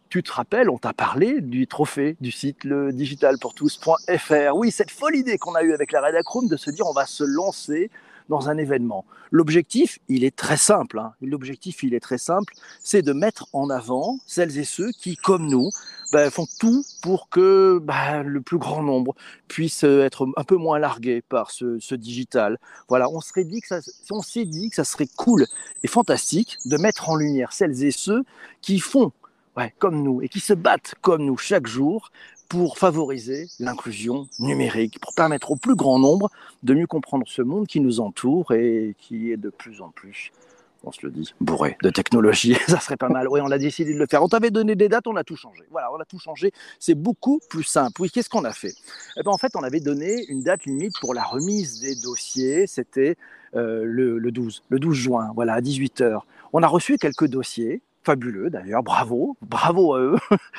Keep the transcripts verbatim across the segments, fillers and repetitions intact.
Tu te rappelles, on t'a parlé du trophée du site le digital pour tous point f r. Oui, cette folle idée qu'on a eue avec la Redacroom de se dire on va se lancer dans un événement. L'objectif, il est très simple. Hein. L'objectif, il est très simple, c'est de mettre en avant celles et ceux qui, comme nous, bah, font tout pour que bah, le plus grand nombre puisse être un peu moins largué par ce, ce digital. Voilà, on serait dit que ça, on s'est dit que ça serait cool et fantastique de mettre en lumière celles et ceux qui font ouais, comme nous et qui se battent comme nous chaque jour pour favoriser l'inclusion numérique, pour permettre au plus grand nombre de mieux comprendre ce monde qui nous entoure et qui est de plus en plus, on se le dit, bourré de technologie. Ça serait pas mal. Oui, on a décidé de le faire. On t'avait donné des dates, on a tout changé. Voilà, on a tout changé. C'est beaucoup plus simple. Oui, qu'est-ce qu'on a fait ? Eh ben, en fait, on avait donné une date limite pour la remise des dossiers. C'était euh, le, le douze, le douze juin, voilà, à dix-huit heures. On a reçu quelques dossiers, fabuleux d'ailleurs, bravo, bravo à eux.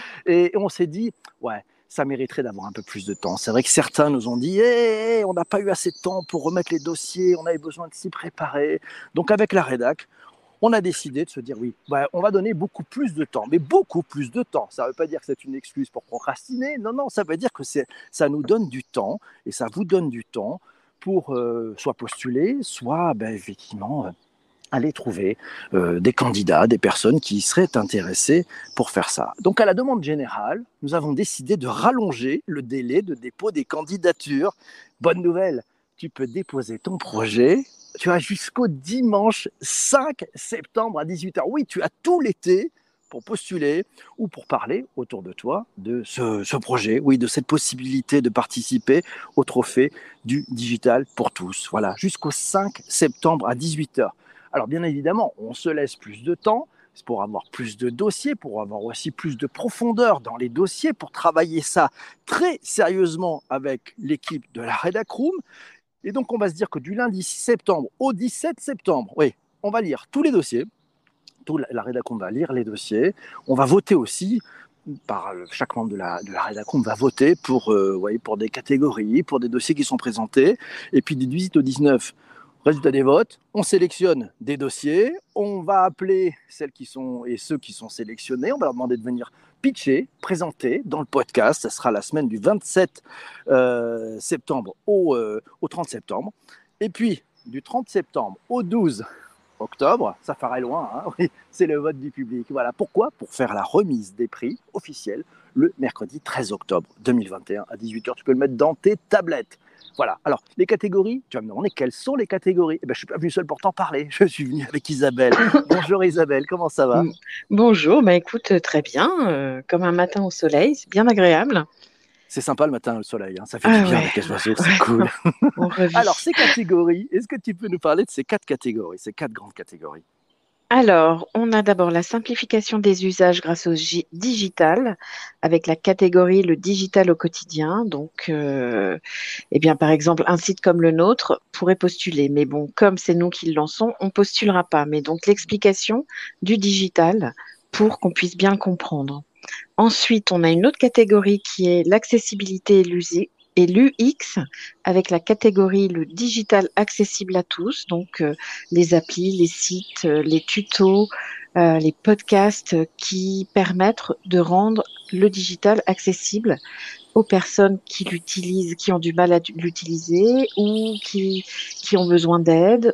Et on s'est dit, ouais, ça mériterait d'avoir un peu plus de temps. C'est vrai que certains nous ont dit hey, hey, on n'a pas eu assez de temps pour remettre les dossiers, on avait besoin de s'y préparer. Donc avec la rédac, on a décidé de se dire oui, bah, on va donner beaucoup plus de temps, mais beaucoup plus de temps. Ça ne veut pas dire que c'est une excuse pour procrastiner, non, non, ça veut dire que c'est, ça nous donne du temps et ça vous donne du temps pour euh, soit postuler, soit ben, effectivement... Euh, aller trouver euh, des candidats, des personnes qui seraient intéressées pour faire ça. Donc à la demande générale, nous avons décidé de rallonger le délai de dépôt des candidatures. Bonne nouvelle, tu peux déposer ton projet, tu as jusqu'au dimanche cinq septembre à dix-huit heures. Oui, tu as tout l'été pour postuler ou pour parler autour de toi de ce, ce projet, oui, de cette possibilité de participer au trophée du digital pour tous. Voilà, jusqu'au cinq septembre à dix-huit heures. Alors bien évidemment, on se laisse plus de temps pour avoir plus de dossiers, pour avoir aussi plus de profondeur dans les dossiers, pour travailler ça très sérieusement avec l'équipe de la Redacroom. Et donc on va se dire que du lundi six septembre au dix-sept septembre, oui, on va lire tous les dossiers, tout, la Redacroom va lire les dossiers, on va voter aussi, par chaque membre de la, de la Redacroom va voter pour, euh, ouais, pour des catégories, pour des dossiers qui sont présentés, et puis du dix-huit au dix-neuf, résultat des votes, on sélectionne des dossiers, on va appeler celles qui sont et ceux qui sont sélectionnés, on va leur demander de venir pitcher, présenter dans le podcast. Ça sera la semaine du vingt-sept euh, septembre au, euh, au trente septembre. Et puis, du trente septembre au douze octobre, ça paraît loin, hein, oui, c'est le vote du public. Voilà. Pourquoi ? Pour faire la remise des prix officiels le mercredi treize octobre deux mille vingt et un à dix-huit heures. Tu peux le mettre dans tes tablettes. Voilà. Alors, les catégories, tu vas me demander quelles sont les catégories. Eh ben, je ne suis pas venu seul pour t'en parler. Je suis venu avec Isabelle. Bonjour Isabelle, comment ça va ? Bonjour, bah écoute, très bien, euh, comme un matin au soleil, c'est bien agréable. C'est sympa le matin, le soleil, hein, ça fait du Ah bien ouais, avec les oiseaux, c'est ouais, cool. on Alors, revit. ces catégories, est-ce que tu peux nous parler de ces quatre catégories, ces quatre grandes catégories ? Alors, on a d'abord la simplification des usages grâce au gi- digital, avec la catégorie le digital au quotidien. Donc, euh, eh bien, par exemple, un site comme le nôtre pourrait postuler. Mais bon, comme c'est nous qui le lançons, on postulera pas. Mais donc, l'explication du digital pour qu'on puisse bien le comprendre. Ensuite, on a une autre catégorie qui est l'accessibilité et l'usi- et l'U X, avec la catégorie le digital accessible à tous, donc euh, les applis, les sites, euh, les tutos, euh, les podcasts euh, qui permettent de rendre le digital accessible aux personnes qui l'utilisent, qui ont du mal à l'utiliser ou qui, qui ont besoin d'aide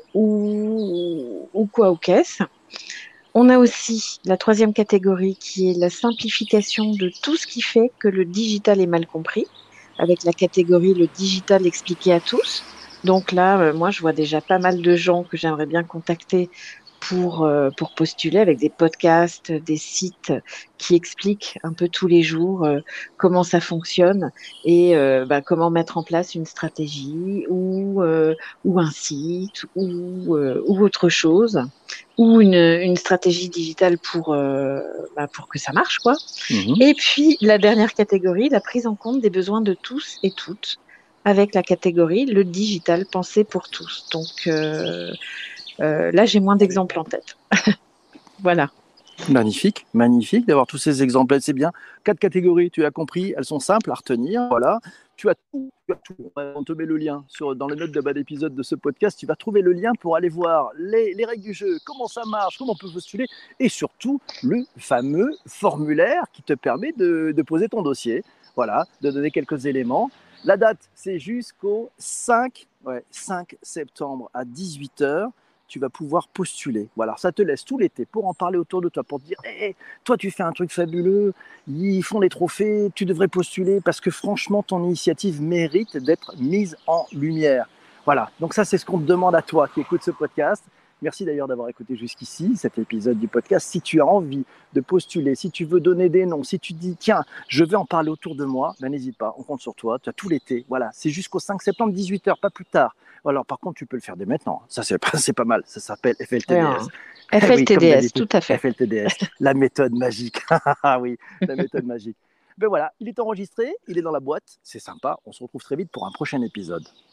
ou, ou quoi ou qu'est-ce. On a aussi la troisième catégorie qui est la simplification de tout ce qui fait que le digital est mal compris, avec la catégorie le digital expliqué à tous. Donc là, euh, moi, je vois déjà pas mal de gens que j'aimerais bien contacter pour, euh, pour postuler avec des podcasts, des sites qui expliquent un peu tous les jours euh, comment ça fonctionne et euh, bah, comment mettre en place une stratégie ou, euh, ou un site ou, euh, ou autre chose ou une, une stratégie digitale pour, euh, bah, pour que ça marche, quoi. Mhm. Et puis, la dernière catégorie, la prise en compte des besoins de tous et toutes, avec la catégorie le digital pensé pour tous. Donc euh, euh, là, j'ai moins d'exemples en tête. Voilà. Magnifique, magnifique d'avoir tous ces exemples. C'est bien. Quatre catégories, tu as compris, elles sont simples à retenir. Voilà. Tu as tout, tu as tout. On te met le lien sur, dans les notes de bas d'épisode de ce podcast. Tu vas trouver le lien pour aller voir les, les règles du jeu, comment ça marche, comment on peut postuler, et surtout le fameux formulaire qui te permet de, de poser ton dossier. Voilà, de donner quelques éléments. La date, c'est jusqu'au cinq, ouais, cinq septembre à dix-huit heures. Tu vas pouvoir postuler. Voilà, ça te laisse tout l'été pour en parler autour de toi, pour te dire hey, toi, tu fais un truc fabuleux, ils font les trophées, tu devrais postuler parce que franchement, ton initiative mérite d'être mise en lumière. Voilà, donc ça, c'est ce qu'on te demande à toi qui écoute ce podcast. Merci d'ailleurs d'avoir écouté jusqu'ici cet épisode du podcast. Si tu as envie de postuler, si tu veux donner des noms, si tu dis tiens, je vais en parler autour de moi, ben n'hésite pas, on compte sur toi. Tu as tout l'été. Voilà, c'est jusqu'au cinq septembre, dix-huit heures, pas plus tard. Alors par contre, tu peux le faire dès maintenant. Ça, c'est pas, c'est pas mal. Ça s'appelle F L T D S. Oui, F L T D S, oui, tout à fait. F L T D S, la méthode magique. Ah oui, la méthode magique. Ben voilà, il est enregistré, il est dans la boîte. C'est sympa. On se retrouve très vite pour un prochain épisode.